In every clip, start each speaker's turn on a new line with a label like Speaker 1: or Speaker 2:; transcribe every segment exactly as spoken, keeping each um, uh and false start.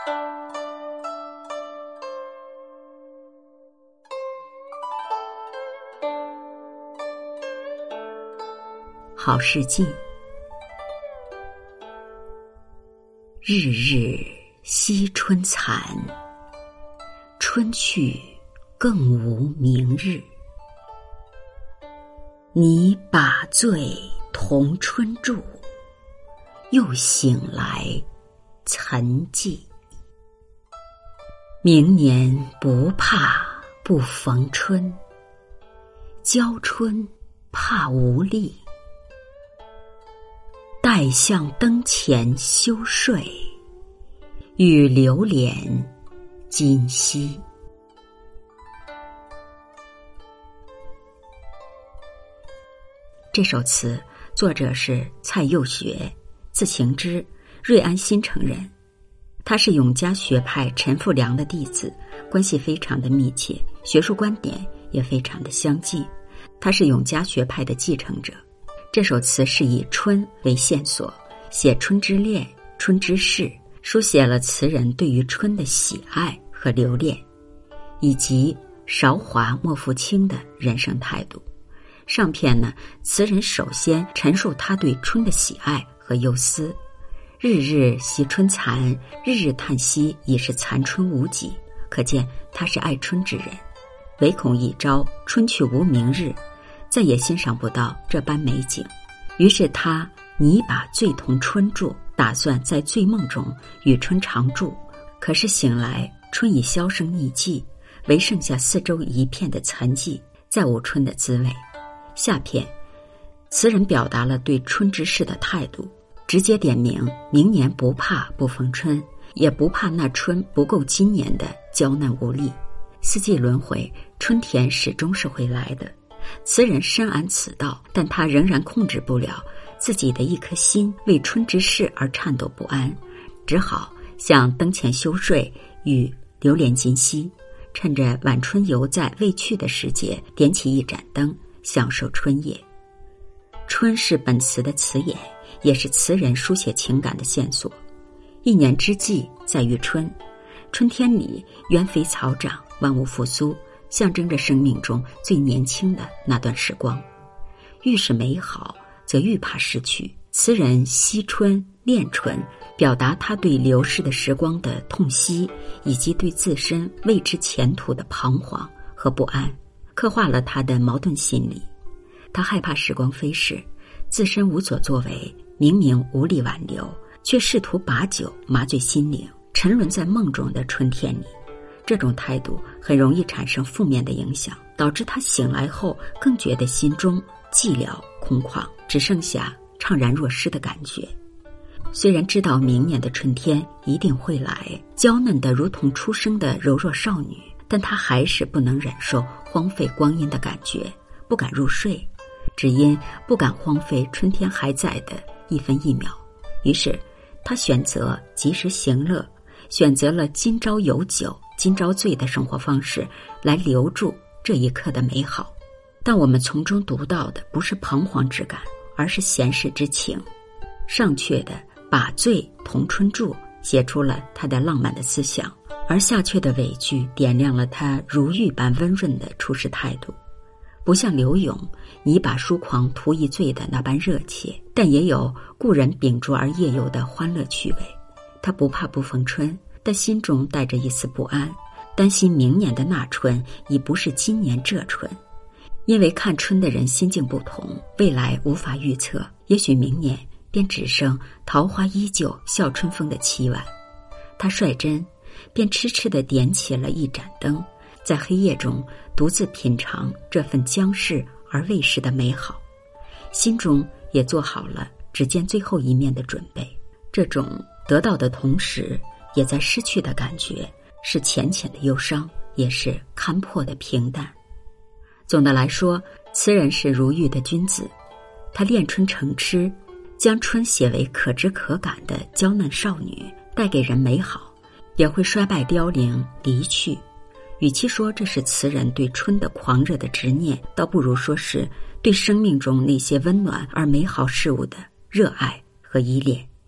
Speaker 1: 好事记。日日惜春残，春去更无明日。你把醉同春住，又醒来岑寂。明年不怕不逢春，交春怕无力。待向灯前休睡，与流连今夕。这首词作者是蔡佑学，字行之，瑞安新城人。他是永嘉学派陈复良的弟子，关系非常的密切，学术观点也非常的相近。他是永嘉学派的继承者。这首词是以春为线索，写春之恋、春之事，书写了词人对于春的喜爱和留恋，以及韶华莫负卿的人生态度。上片呢，词人首先陈述他对春的喜爱和忧思，日日惜春残，日日叹息已是残春无几，可见他是爱春之人。唯恐一朝春去无明日，再也欣赏不到这般美景，于是他拟把醉同春住，打算在醉梦中与春长住。可是醒来，春已销声匿迹，唯剩下四周一片的残寂，再无春的滋味。下片，词人表达了对春之事的态度，直接点明明年不怕不逢春，也不怕那春不够今年的娇嫩无力。四季轮回，春天始终是会来的。词人深谙此道，但他仍然控制不了自己的一颗心为春之事而颤抖不安，只好向灯前休睡，与流连今夕，趁着晚春犹在未去的时节，点起一盏灯，享受春夜。春是本词的词眼，也是词人书写情感的线索。一年之计在于春，春天里鸢飞草长，万物复苏，象征着生命中最年轻的那段时光。愈是美好，则愈怕失去。词人惜春恋春，表达他对流逝的时光的痛惜，以及对自身未知前途的彷徨和不安，刻画了他的矛盾心理。他害怕时光飞逝，自身无所作为，明明无力挽留，却试图把酒麻醉心灵，沉沦在梦中的春天里。这种态度很容易产生负面的影响，导致他醒来后更觉得心中寂寥空旷，只剩下怅然若失的感觉。虽然知道明年的春天一定会来，娇嫩的如同初生的柔弱少女，但他还是不能忍受荒废光阴的感觉，不敢入睡，只因不敢荒废春天还在的一分一秒。于是他选择及时行乐，选择了今朝有酒今朝醉的生活方式，来留住这一刻的美好。但我们从中读到的不是彷徨之感，而是闲适之情。上阙的把醉同春住写出了他的浪漫的思想，而下阙的尾句点亮了他如玉般温润的处事态度。不像柳永你把疏狂图一醉的那般热切，但也有故人秉烛而夜游的欢乐趣味。他不怕不逢春，但心中带着一丝不安，担心明年的那春已不是今年这春。因为看春的人心境不同，未来无法预测，也许明年便只剩桃花依旧笑春风的凄婉。他率真便痴痴地点起了一盏灯，在黑夜中独自品尝这份将逝而未逝的美好，心中也做好了只见最后一面的准备。这种得到的同时也在失去的感觉，是浅浅的忧伤，也是看破的平淡。总的来说，词人是如玉的君子，他恋春成痴，将春写为可知可感的娇嫩少女，带给人美好，也会衰败凋零离去。与其说这是词人对春的狂热的执念，倒不如说是对生命中那些温暖而美好事物的热爱和依恋。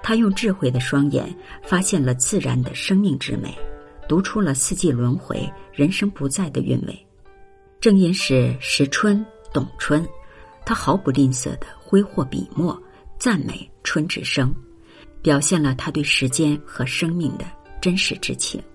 Speaker 1: 他用智慧的双眼发现了自然的生命之美，读出了四季轮回、人生不在的韵味。正因是识春懂春，他毫不吝啬地挥霍笔墨，赞美春之生，表现了他对时间和生命的真实之情。